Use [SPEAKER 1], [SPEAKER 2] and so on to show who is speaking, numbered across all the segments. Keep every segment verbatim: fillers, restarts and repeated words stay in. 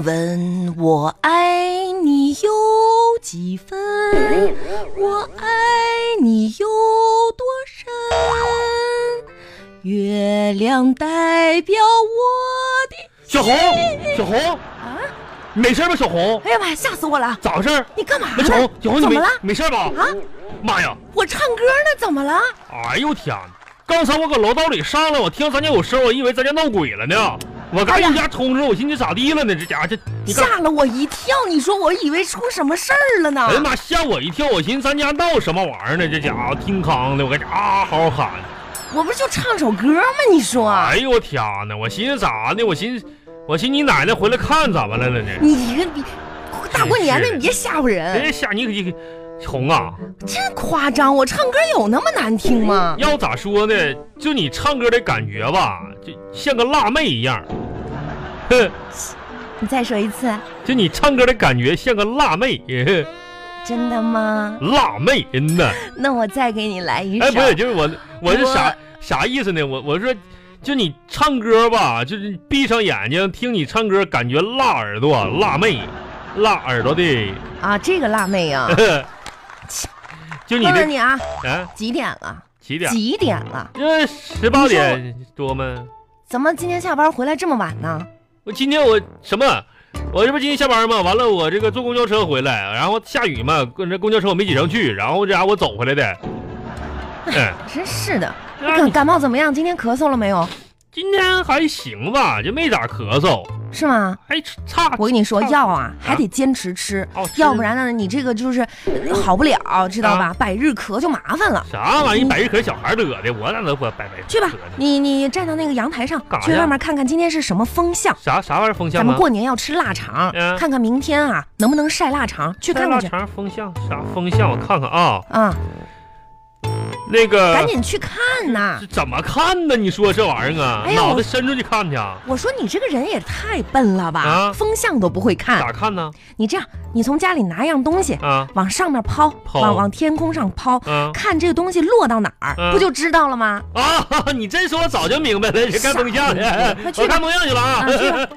[SPEAKER 1] 问我爱你有几分，我爱你有多深，月亮代表我的
[SPEAKER 2] 小红，小红
[SPEAKER 1] 啊！
[SPEAKER 2] 你没事吧，小红？
[SPEAKER 1] 哎呀妈呀，吓死我了！
[SPEAKER 2] 咋回事？
[SPEAKER 1] 你干嘛呢？
[SPEAKER 2] 小红，小红，你没
[SPEAKER 1] 怎么了？
[SPEAKER 2] 没事吧？
[SPEAKER 1] 啊！
[SPEAKER 2] 妈呀！
[SPEAKER 1] 我唱歌呢，怎么了？
[SPEAKER 2] 哎呦天！刚才我搁楼道里上来，我听咱家有声，我以为咱家闹鬼了呢。我刚一家冲着，我寻思咋地了呢？这家伙这
[SPEAKER 1] 吓了我一跳！你说我以为出什么事儿了呢？
[SPEAKER 2] 哎呀妈，吓我一跳！我寻思咱家闹什么玩意儿呢？这家伙听康的，我搁家啊好好喊。
[SPEAKER 1] 我不是就唱首歌吗？你说？
[SPEAKER 2] 哎呦我天哪！我寻思咋的？我寻思，我寻思你奶奶回来看怎么来了呢？
[SPEAKER 1] 你一个你大过年的，你别吓唬人！
[SPEAKER 2] 别吓你你红啊！
[SPEAKER 1] 真夸张！我唱歌有那么难听吗？
[SPEAKER 2] 要咋说呢？就你唱歌的感觉吧，就像个辣妹一样。哼，
[SPEAKER 1] 你再说一次。
[SPEAKER 2] 就你唱歌的感觉像个辣妹。
[SPEAKER 1] 真的吗？
[SPEAKER 2] 辣妹，嗯呐。
[SPEAKER 1] 那我再给你来一首。
[SPEAKER 2] 哎，不是，就是我，我是啥啥意思呢？我我说，就你唱歌吧，就是闭上眼睛听你唱歌，感觉辣耳朵，辣妹，辣耳朵的。
[SPEAKER 1] 啊，这个辣妹啊。
[SPEAKER 2] 就你
[SPEAKER 1] 问问你啊，
[SPEAKER 2] 啊，
[SPEAKER 1] 几点了？
[SPEAKER 2] 几点？
[SPEAKER 1] 几点了？
[SPEAKER 2] 这十八点多吗？
[SPEAKER 1] 怎么今天下班回来这么晚呢？
[SPEAKER 2] 我今天我什么？我这不今天下班嘛，完了我这个坐公交车回来，然后下雨嘛，跟这公交车我没挤上去，然后这家我走回来的。
[SPEAKER 1] 哎，真是的。你感冒怎么样？今天咳嗽了没有？
[SPEAKER 2] 今天还行吧，就没咋咳嗽。
[SPEAKER 1] 是吗？
[SPEAKER 2] 哎，差！
[SPEAKER 1] 我跟你说，药啊还得坚持吃，
[SPEAKER 2] 哦、
[SPEAKER 1] 要不然呢，你这个就是好不了，知道吧？
[SPEAKER 2] 啊、
[SPEAKER 1] 百日咳就麻烦了。
[SPEAKER 2] 啥玩意儿？百日咳小孩得的，我咋能不百百日咳？
[SPEAKER 1] 去吧，你你站到那个阳台上，去外面看看今天是什么风向。
[SPEAKER 2] 啥啥玩意儿风向？
[SPEAKER 1] 咱们过年要吃腊肠，
[SPEAKER 2] 嗯、
[SPEAKER 1] 看看明天啊能不能晒腊肠，去看看去。
[SPEAKER 2] 腊肠风向啥风向？我看看啊。
[SPEAKER 1] 啊。
[SPEAKER 2] 那个，
[SPEAKER 1] 赶紧去看呐！
[SPEAKER 2] 怎么看呢？你说这玩意儿啊，哎、脑袋伸出去看去啊！
[SPEAKER 1] 我说你这个人也太笨了吧！啊、风向都不会看，
[SPEAKER 2] 咋看呢？
[SPEAKER 1] 你这样，你从家里拿样东西啊，往上面抛，
[SPEAKER 2] 抛
[SPEAKER 1] 往往天空上抛，啊、看这个东西落到哪儿，啊、不就知道了吗？
[SPEAKER 2] 啊！你这说我早就明白了，去看风向去，
[SPEAKER 1] 快去
[SPEAKER 2] 我看风向去了啊！
[SPEAKER 1] 啊去吧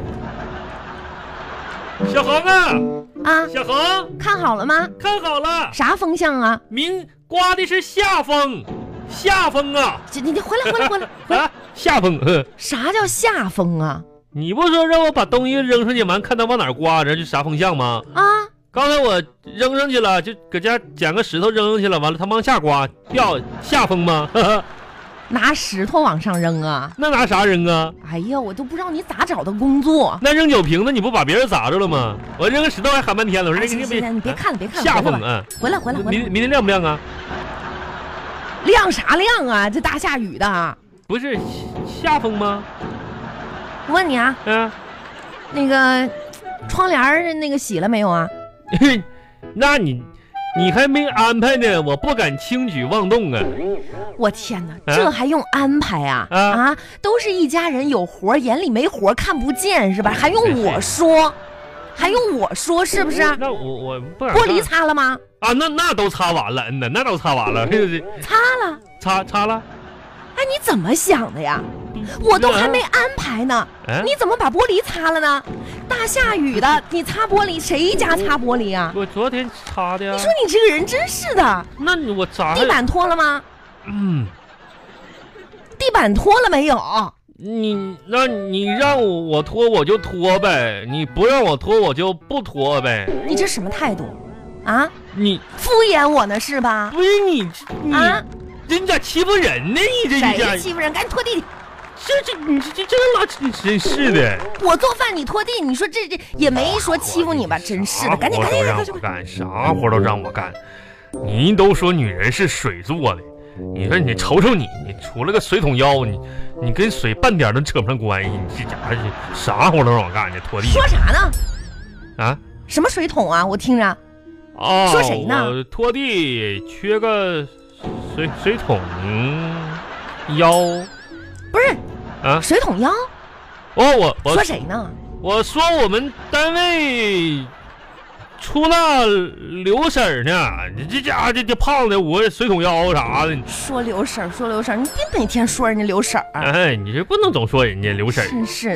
[SPEAKER 2] 小红啊！
[SPEAKER 1] 啊，
[SPEAKER 2] 小红，
[SPEAKER 1] 看好了吗？
[SPEAKER 2] 看好了。
[SPEAKER 1] 啥风向啊？
[SPEAKER 2] 明刮的是夏风，夏风啊！
[SPEAKER 1] 你你回来回来回来回来！
[SPEAKER 2] 啊，夏风。
[SPEAKER 1] 啥叫夏风啊？
[SPEAKER 2] 你不说让我把东西扔上去，完看它往哪刮，这就啥风向吗？
[SPEAKER 1] 啊！
[SPEAKER 2] 刚才我扔上去了，就搁家捡个石头扔上去了，完了它往下刮，掉夏风吗？
[SPEAKER 1] 拿石头往上扔啊？
[SPEAKER 2] 那拿啥扔啊？
[SPEAKER 1] 哎呀，我都不知道你咋找的工作。
[SPEAKER 2] 那扔酒瓶子，你不把别人砸着了吗？我扔个石头还喊半天了，我说这个别，
[SPEAKER 1] 你别看了，别看了。
[SPEAKER 2] 夏风啊！
[SPEAKER 1] 回来回来回来。
[SPEAKER 2] 明明天亮不亮啊？
[SPEAKER 1] 亮啥亮啊？这大下雨的。
[SPEAKER 2] 不是夏风吗？
[SPEAKER 1] 我问你啊，
[SPEAKER 2] 嗯，
[SPEAKER 1] 那个窗帘那个洗了没有啊？
[SPEAKER 2] 那你。你还没安排呢，我不敢轻举妄动啊！
[SPEAKER 1] 我天哪，啊、这还用安排啊？啊, 啊，都是一家人，有活眼里没活看不见是吧？还用我说，还用我说是不是？
[SPEAKER 2] 那我我不敢。
[SPEAKER 1] 玻璃擦了吗？
[SPEAKER 2] 啊，那那都擦完了，嗯呐，那都擦完了，
[SPEAKER 1] 擦了，
[SPEAKER 2] 擦擦了。
[SPEAKER 1] 哎，你怎么想的呀？我都还没安排呢，
[SPEAKER 2] 啊、
[SPEAKER 1] 你怎么把玻璃擦了呢？大下雨的，你擦玻璃，谁家擦玻璃啊？
[SPEAKER 2] 我昨天擦的呀。
[SPEAKER 1] 你说你这个人真是的。
[SPEAKER 2] 那你我擦。
[SPEAKER 1] 地板拖了吗？
[SPEAKER 2] 嗯。
[SPEAKER 1] 地板拖了没有？
[SPEAKER 2] 你那你让我我拖我就拖呗，你不让我拖我就不拖呗。
[SPEAKER 1] 你这什么态度？啊？
[SPEAKER 2] 你
[SPEAKER 1] 敷衍我呢是吧？
[SPEAKER 2] 不是你你啊。人咋欺负人呢？你这一
[SPEAKER 1] 下谁欺负人？赶紧拖地！
[SPEAKER 2] 这这你这这这老真是的。
[SPEAKER 1] 我做饭你拖地，你说这这也没说欺负你吧？真是的，赶紧赶紧
[SPEAKER 2] 让我干，啥活都让我干。您都说女人是水做的，你说你瞅瞅你，你除了个水桶腰，你你跟水半点都扯不上关系，你这家伙啥活都让我干，你拖地。
[SPEAKER 1] 说啥呢？
[SPEAKER 2] 啊？
[SPEAKER 1] 什么水桶啊？我听着。
[SPEAKER 2] 哦，
[SPEAKER 1] 说谁呢？
[SPEAKER 2] 我拖地缺个。水水桶腰，
[SPEAKER 1] 不是
[SPEAKER 2] 啊？
[SPEAKER 1] 水桶腰？
[SPEAKER 2] 哦，我我
[SPEAKER 1] 说谁呢？
[SPEAKER 2] 我说我们单位出那刘婶呢，你这家伙这这胖的，我水桶腰啥的。
[SPEAKER 1] 说刘婶，说刘婶，你别每天说人家刘婶儿。
[SPEAKER 2] 哎，你这不能总说人家刘婶。
[SPEAKER 1] 真是的，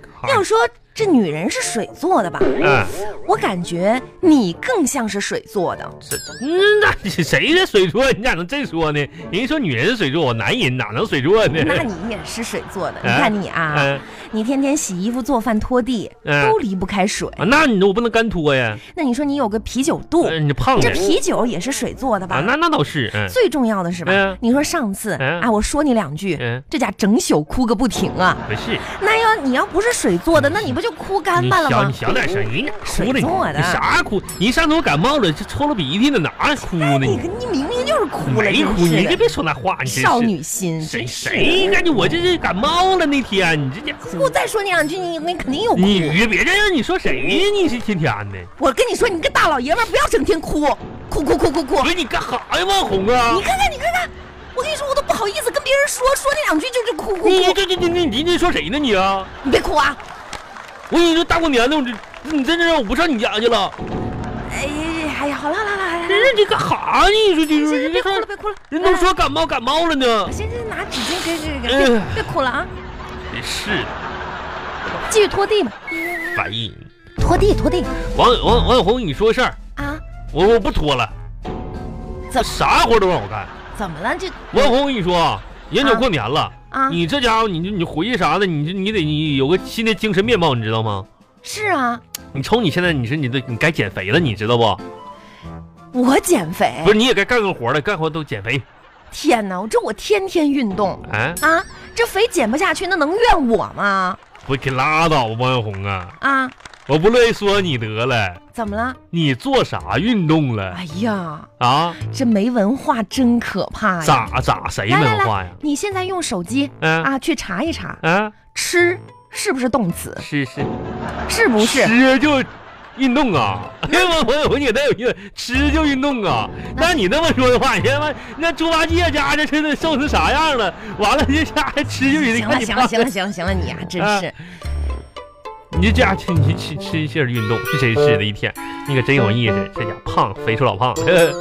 [SPEAKER 1] 要说这女人是水做的吧？
[SPEAKER 2] 嗯，
[SPEAKER 1] 我感觉你更像是水做的。
[SPEAKER 2] 这嗯，那谁是水做？你咋能这说呢？人家说女人是水做，我男人哪能水做呢？
[SPEAKER 1] 那你也是水做的。你看你啊，
[SPEAKER 2] 嗯、
[SPEAKER 1] 你天天洗衣服、做饭、拖地，
[SPEAKER 2] 嗯、
[SPEAKER 1] 都离不开水。
[SPEAKER 2] 啊、那你我不能干拖呀。
[SPEAKER 1] 那你说你有个啤酒肚，
[SPEAKER 2] 嗯、你胖
[SPEAKER 1] 这啤酒也是水做的吧？
[SPEAKER 2] 啊、那那倒是。嗯、
[SPEAKER 1] 最重要的是吧？嗯、你说上次、
[SPEAKER 2] 嗯、
[SPEAKER 1] 啊，我说你两句，
[SPEAKER 2] 嗯、
[SPEAKER 1] 这家整宿哭个不停啊。
[SPEAKER 2] 不是。
[SPEAKER 1] 那要你要不是水做的，那你不就哭干巴了吗？
[SPEAKER 2] 你小点声，人家哭了，
[SPEAKER 1] 做的
[SPEAKER 2] 你啥哭？你上头感冒了，就抽了鼻涕呢，哪哭呢？
[SPEAKER 1] 你你明明就是哭了，
[SPEAKER 2] 没哭，你别别说那话，你
[SPEAKER 1] 少女心，
[SPEAKER 2] 谁谁感觉我这是感冒了那天？你这家
[SPEAKER 1] 我再说你两句，你你肯定有哭。
[SPEAKER 2] 你别这样，你说谁呀？你是天天的。
[SPEAKER 1] 我跟你说，你个大老爷们不要整天哭，哭哭哭哭哭。
[SPEAKER 2] 不是你干啥呀，网红啊？
[SPEAKER 1] 你看看，你看看。我跟你说，我都不好意思跟别人说，说那两句就是哭哭哭。
[SPEAKER 2] 你这这这你你你说谁呢你啊？
[SPEAKER 1] 你别哭啊！
[SPEAKER 2] 我跟你说，大过年的，我这你真是让我不上你家去了。
[SPEAKER 1] 哎哎呀，好了好了好了，
[SPEAKER 2] 这这干啥呢？你说这
[SPEAKER 1] 这别哭了别哭了，
[SPEAKER 2] 人都说感冒感冒了呢。
[SPEAKER 1] 行行，拿纸巾给给给，别别哭了啊！
[SPEAKER 2] 真是的，
[SPEAKER 1] 继续拖地吧。
[SPEAKER 2] 烦人。
[SPEAKER 1] 拖地拖地。
[SPEAKER 2] 王王王小红，你说个事儿
[SPEAKER 1] 啊？
[SPEAKER 2] 我我不拖了。
[SPEAKER 1] 怎
[SPEAKER 2] 啥活都让我干？
[SPEAKER 1] 怎么了？这
[SPEAKER 2] 王小红，我跟你说，眼瞅过年了。
[SPEAKER 1] 啊，
[SPEAKER 2] 你这家伙，你你回去啥的，你你得你有个新的精神面貌，你知道吗？
[SPEAKER 1] 是啊，
[SPEAKER 2] 你瞅你现在，你说你的你该减肥了，你知道不？
[SPEAKER 1] 我减肥？
[SPEAKER 2] 不是，你也该干干活了，干活都减肥。
[SPEAKER 1] 天哪，这我天天运动，
[SPEAKER 2] 啊
[SPEAKER 1] 啊，这肥减不下去，那能怨我吗？
[SPEAKER 2] 不，给拉倒吧，王小红啊！
[SPEAKER 1] 啊，
[SPEAKER 2] 我不乐意说你得了。
[SPEAKER 1] 怎么了？
[SPEAKER 2] 你做啥运动了？
[SPEAKER 1] 哎呀，
[SPEAKER 2] 啊，
[SPEAKER 1] 这没文化真可怕呀！
[SPEAKER 2] 咋咋谁没文化呀？
[SPEAKER 1] 你现在用手机、
[SPEAKER 2] 嗯、
[SPEAKER 1] 啊去查一查，
[SPEAKER 2] 啊，
[SPEAKER 1] 吃是不是动词？
[SPEAKER 2] 是是，
[SPEAKER 1] 是不是？
[SPEAKER 2] 吃就运动啊！我我我你太有意思，吃就运动啊！那你那么说的话，你他妈那猪八戒家这吃的瘦成啥样了？完了这家还吃就已经
[SPEAKER 1] 行了行了行了行了行了，你呀、啊、真是。啊
[SPEAKER 2] 你这家吃你吃吃一些运动，是谁吃的一天？你可真有意思，这家胖，肥瘦老胖。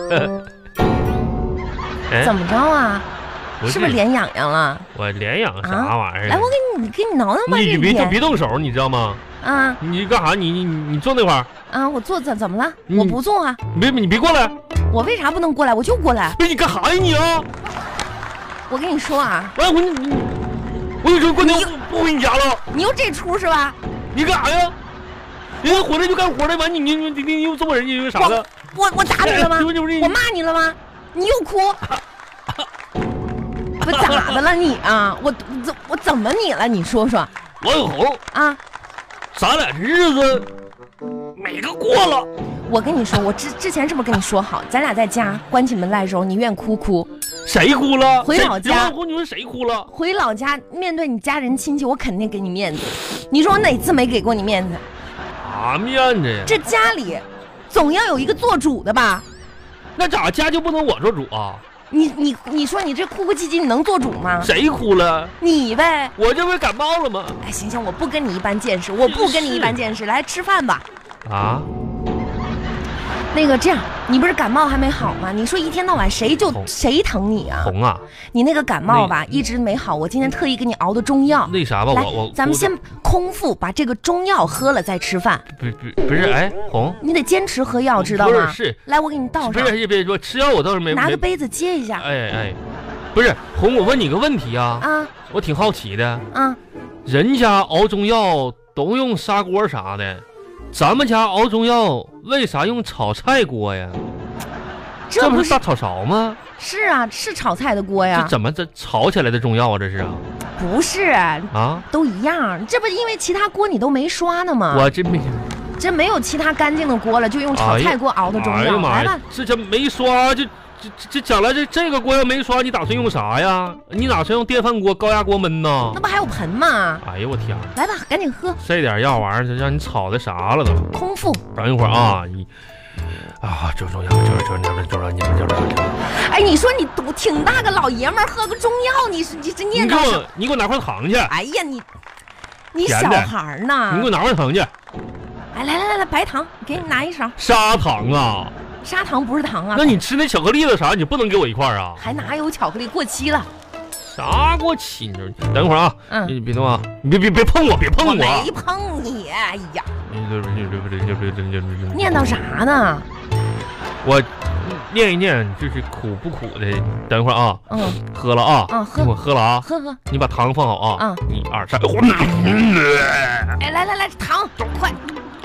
[SPEAKER 1] 怎么着啊？
[SPEAKER 2] 不是
[SPEAKER 1] 是不是脸痒痒了？
[SPEAKER 2] 我脸痒啥玩意儿、啊？
[SPEAKER 1] 来，我给你给你挠挠吧。
[SPEAKER 2] 你别别动手，你知道吗？
[SPEAKER 1] 啊！
[SPEAKER 2] 你干啥？你你你坐那块儿。
[SPEAKER 1] 啊！我坐怎怎么了？我不坐啊！
[SPEAKER 2] 你别你别过来！
[SPEAKER 1] 我为啥不能过来？我就过来。
[SPEAKER 2] 不是你干啥呀你啊？
[SPEAKER 1] 我跟你说啊！
[SPEAKER 2] 完我你我跟你说过年不不回你家了。
[SPEAKER 1] 你有这出是吧？
[SPEAKER 2] 你干啥呀？人家回来就干活的，完你你你你你又揍人，你又啥的？
[SPEAKER 1] 我我打你了吗？我骂你了吗？你又哭？不咋的了你啊？我怎我怎么你了？你说说。
[SPEAKER 2] 王小红
[SPEAKER 1] 啊，
[SPEAKER 2] 咱俩这日子每个过了。
[SPEAKER 1] 我跟你说，我之之前是不是跟你说好，咱俩在家关起门来的时候，你愿哭哭。
[SPEAKER 2] 谁哭了？
[SPEAKER 1] 回老家。
[SPEAKER 2] 王小红，你说谁哭了？
[SPEAKER 1] 回老家面对你家人亲戚，我肯定给你面子。你说我哪次没给过你面子？
[SPEAKER 2] 啥面子呀？
[SPEAKER 1] 这家里总要有一个做主的吧？
[SPEAKER 2] 那咋家就不能我做主啊？
[SPEAKER 1] 你你你说你这哭哭唧唧，你能做主吗？
[SPEAKER 2] 谁哭了？
[SPEAKER 1] 你呗。
[SPEAKER 2] 我这不是感冒了吗？
[SPEAKER 1] 哎，行行，我不跟你一般见识，我不跟你一般见识，来吃饭吧。
[SPEAKER 2] 啊？
[SPEAKER 1] 那个这样，你不是感冒还没好吗？你说一天到晚谁就谁疼你啊？
[SPEAKER 2] 红啊！
[SPEAKER 1] 你那个感冒吧一直没好，我今天特意给你熬的中药。
[SPEAKER 2] 那啥吧，我我
[SPEAKER 1] 咱们先空腹把这个中药喝了再吃饭。
[SPEAKER 2] 不不不是，哎，红，
[SPEAKER 1] 你得坚持喝药，知道吗？
[SPEAKER 2] 不是，是
[SPEAKER 1] 来，我给你倒上。
[SPEAKER 2] 不是，别说吃药，我倒是没
[SPEAKER 1] 拿个杯子接一下。
[SPEAKER 2] 哎哎，不是红，我问你个问题啊，
[SPEAKER 1] 啊，
[SPEAKER 2] 我挺好奇的
[SPEAKER 1] 啊，
[SPEAKER 2] 人家熬中药都用砂锅啥的。咱们家熬中药为啥用炒菜锅呀？
[SPEAKER 1] 这
[SPEAKER 2] 不是大炒勺吗？
[SPEAKER 1] 是啊，是炒菜的锅呀。
[SPEAKER 2] 这怎么这炒起来的中药啊？这是啊？
[SPEAKER 1] 不是
[SPEAKER 2] 啊，
[SPEAKER 1] 都一样。这不因为其他锅你都没刷呢吗？
[SPEAKER 2] 我这没，
[SPEAKER 1] 这没有其他干净的锅了，就用炒菜锅熬的中药。
[SPEAKER 2] 哎呀妈
[SPEAKER 1] 呀，
[SPEAKER 2] 这这没刷就。这这将来这这个锅要没刷，你打算用啥呀？你打算用电饭锅、高压锅焖呢？
[SPEAKER 1] 那不还有盆吗？
[SPEAKER 2] 哎呦我天！
[SPEAKER 1] 来吧，赶紧喝。
[SPEAKER 2] 这点药玩意儿，让你炒的啥了都？
[SPEAKER 1] 空腹。
[SPEAKER 2] 等一会儿啊，你啊，这中药，这这这这这你们这这这。
[SPEAKER 1] 哎，你说你都挺大个老爷们儿，喝个中药，你是你这念叨什么？
[SPEAKER 2] 你给我拿块糖去。
[SPEAKER 1] 哎呀，你你小孩呢？
[SPEAKER 2] 你给我拿块糖去。
[SPEAKER 1] 哎，来来来来，白糖，给你拿一勺。
[SPEAKER 2] 砂糖啊。
[SPEAKER 1] 砂糖不是糖啊！
[SPEAKER 2] 那你吃那巧克力的啥，你不能给我一块啊？
[SPEAKER 1] 还哪有巧克力过期了？
[SPEAKER 2] 啥给我亲着？等会儿啊，
[SPEAKER 1] 嗯，
[SPEAKER 2] 你别动啊，你别别别碰我，别碰我，
[SPEAKER 1] 我没碰你，哎呀，
[SPEAKER 2] 念
[SPEAKER 1] 念叨啥呢？
[SPEAKER 2] 我念一念，就是苦不苦的。等会儿啊，
[SPEAKER 1] 嗯，
[SPEAKER 2] 喝了啊，
[SPEAKER 1] 啊，喝，
[SPEAKER 2] 我喝了啊，
[SPEAKER 1] 喝喝，
[SPEAKER 2] 你把糖放好啊，
[SPEAKER 1] 嗯，
[SPEAKER 2] 一二三，
[SPEAKER 1] 哎，来来来，糖，快，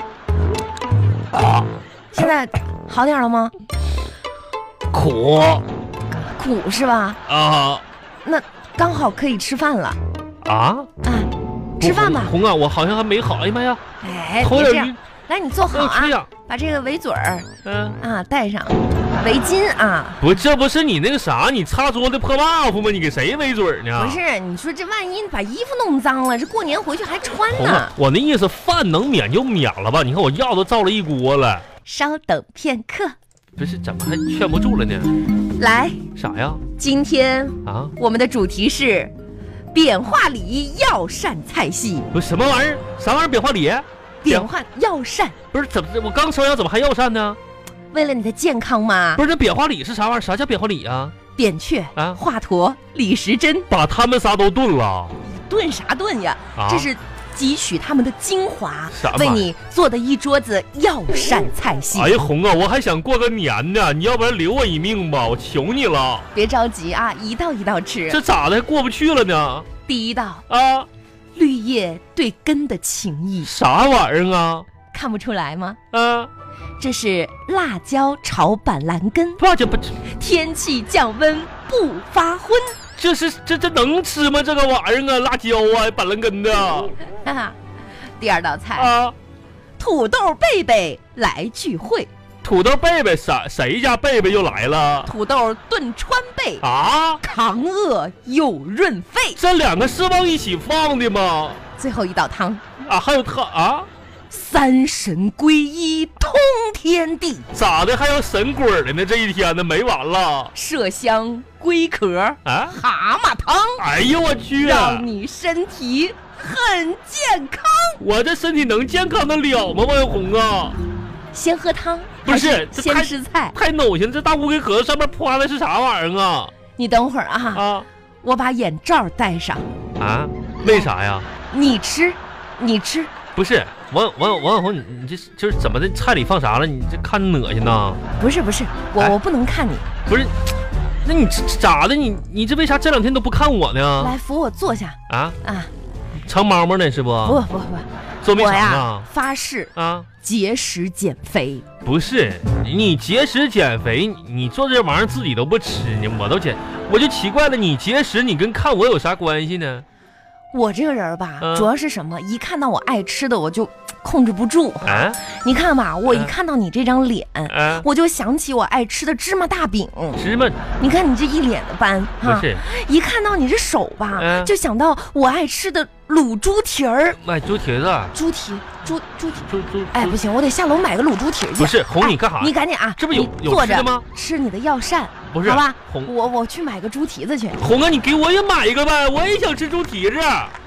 [SPEAKER 2] 啊，
[SPEAKER 1] 现在好点了吗？
[SPEAKER 2] 苦
[SPEAKER 1] 苦是吧？
[SPEAKER 2] 啊，
[SPEAKER 1] 那刚好可以吃饭了
[SPEAKER 2] 啊，
[SPEAKER 1] 啊，吃饭吧。
[SPEAKER 2] 红啊，我好像还没好，哎呀妈呀，
[SPEAKER 1] 哎，别这样，来，你坐好啊，把这个围嘴儿，
[SPEAKER 2] 嗯
[SPEAKER 1] 啊，戴上围巾啊。
[SPEAKER 2] 不，这不是你那个啥，你擦桌的破袜子吗？你给谁围嘴呢？
[SPEAKER 1] 不是，你说这万一把衣服弄脏了，这过年回去还穿呢。
[SPEAKER 2] 啊、我那意思，饭能免就免了吧？你看我药都造了一锅了。
[SPEAKER 1] 稍等片刻。
[SPEAKER 2] 不是，怎么还劝不住了呢？
[SPEAKER 1] 来，
[SPEAKER 2] 啥呀？
[SPEAKER 1] 今天
[SPEAKER 2] 啊，
[SPEAKER 1] 我们的主题是扁化里药膳菜系。
[SPEAKER 2] 不是什么玩意儿？啥玩意儿？扁化里？
[SPEAKER 1] 扁化药膳
[SPEAKER 2] 不是怎么？我刚烧药怎么还药膳呢？
[SPEAKER 1] 为了你的健康嘛。
[SPEAKER 2] 不是，那扁化里是啥玩意儿？啥叫扁化里啊？
[SPEAKER 1] 扁鹊啊，华佗、李时珍，
[SPEAKER 2] 把他们仨都炖了。
[SPEAKER 1] 炖啥炖呀？啊、这是汲取他们的精华，为你做的一桌子药膳菜系。
[SPEAKER 2] 哎呀，红啊，我还想过个年呢，你要不然留我一命吧，我求你了。
[SPEAKER 1] 别着急啊，一道一道吃。
[SPEAKER 2] 这咋的还过不去了呢？
[SPEAKER 1] 第一道
[SPEAKER 2] 啊，
[SPEAKER 1] 绿叶对根的情谊。
[SPEAKER 2] 啥玩意儿啊？
[SPEAKER 1] 看不出来吗？
[SPEAKER 2] 啊，
[SPEAKER 1] 这是辣椒炒板蓝根。
[SPEAKER 2] 不就不，
[SPEAKER 1] 天气降温不发昏。
[SPEAKER 2] 这是这这能吃吗？这个玩意儿啊，辣椒啊，板蓝根的。
[SPEAKER 1] 哈哈，第二道菜
[SPEAKER 2] 啊，
[SPEAKER 1] 土豆贝贝来聚会。
[SPEAKER 2] 土豆贝贝谁谁家贝贝又来了？
[SPEAKER 1] 土豆炖川贝
[SPEAKER 2] 啊，
[SPEAKER 1] 扛饿又润肺。
[SPEAKER 2] 这两个是往一起放的吗？
[SPEAKER 1] 最后一道汤
[SPEAKER 2] 啊，还有汤啊。
[SPEAKER 1] 三神归一通天地，
[SPEAKER 2] 咋的还有神鬼的呢？这一天呢没完了。
[SPEAKER 1] 麝香龟壳
[SPEAKER 2] 啊，
[SPEAKER 1] 蛤蟆汤。
[SPEAKER 2] 哎呦我去，
[SPEAKER 1] 让你身体很健康。
[SPEAKER 2] 我这身体能健康得了吗？王小红啊，
[SPEAKER 1] 先喝汤
[SPEAKER 2] 不是
[SPEAKER 1] 先吃菜？
[SPEAKER 2] 太恶心！这大乌龟壳上面趴的是啥玩意儿啊？
[SPEAKER 1] 你等会儿啊
[SPEAKER 2] 啊，
[SPEAKER 1] 我把眼罩戴上
[SPEAKER 2] 啊？为啥呀？
[SPEAKER 1] 你吃，你吃。
[SPEAKER 2] 不是王王王小红，你你这就是怎么的？菜里放啥了？你这看恶心呐？
[SPEAKER 1] 不是不是，我、哎、我不能看你。
[SPEAKER 2] 不是，那你咋的？你你这为啥这两天都不看我呢？
[SPEAKER 1] 来扶我坐下。
[SPEAKER 2] 啊
[SPEAKER 1] 啊，
[SPEAKER 2] 藏猫猫呢是不？
[SPEAKER 1] 不不不，
[SPEAKER 2] 做没
[SPEAKER 1] 我呀发誓
[SPEAKER 2] 啊，
[SPEAKER 1] 节食减肥。
[SPEAKER 2] 不是你节食减肥，你做这玩意儿自己都不吃呢，我都减，我就奇怪了，你节食你跟看我有啥关系呢？
[SPEAKER 1] 我这个人吧、
[SPEAKER 2] 嗯，
[SPEAKER 1] 主要是什么？一看到我爱吃的，我就控制不住。
[SPEAKER 2] 啊，
[SPEAKER 1] 你看吧，我一看到你这张脸，
[SPEAKER 2] 啊、
[SPEAKER 1] 我就想起我爱吃的芝麻大饼。
[SPEAKER 2] 芝麻，
[SPEAKER 1] 你看你这一脸的斑，
[SPEAKER 2] 不是？
[SPEAKER 1] 一看到你这手吧，
[SPEAKER 2] 啊、
[SPEAKER 1] 就想到我爱吃的卤猪蹄儿。
[SPEAKER 2] 买猪蹄子？
[SPEAKER 1] 猪蹄，猪猪蹄，
[SPEAKER 2] 猪猪。
[SPEAKER 1] 哎，不行，我得下楼买个卤猪蹄去。
[SPEAKER 2] 不是，红，你干啥？
[SPEAKER 1] 你赶紧啊！
[SPEAKER 2] 这不有有
[SPEAKER 1] 坐着
[SPEAKER 2] 吗？
[SPEAKER 1] 吃你的药膳。
[SPEAKER 2] 不是，
[SPEAKER 1] 好吧，
[SPEAKER 2] 红，
[SPEAKER 1] 我我去买个猪蹄子去。
[SPEAKER 2] 红啊，你给我也买一个呗，我也想吃猪蹄子。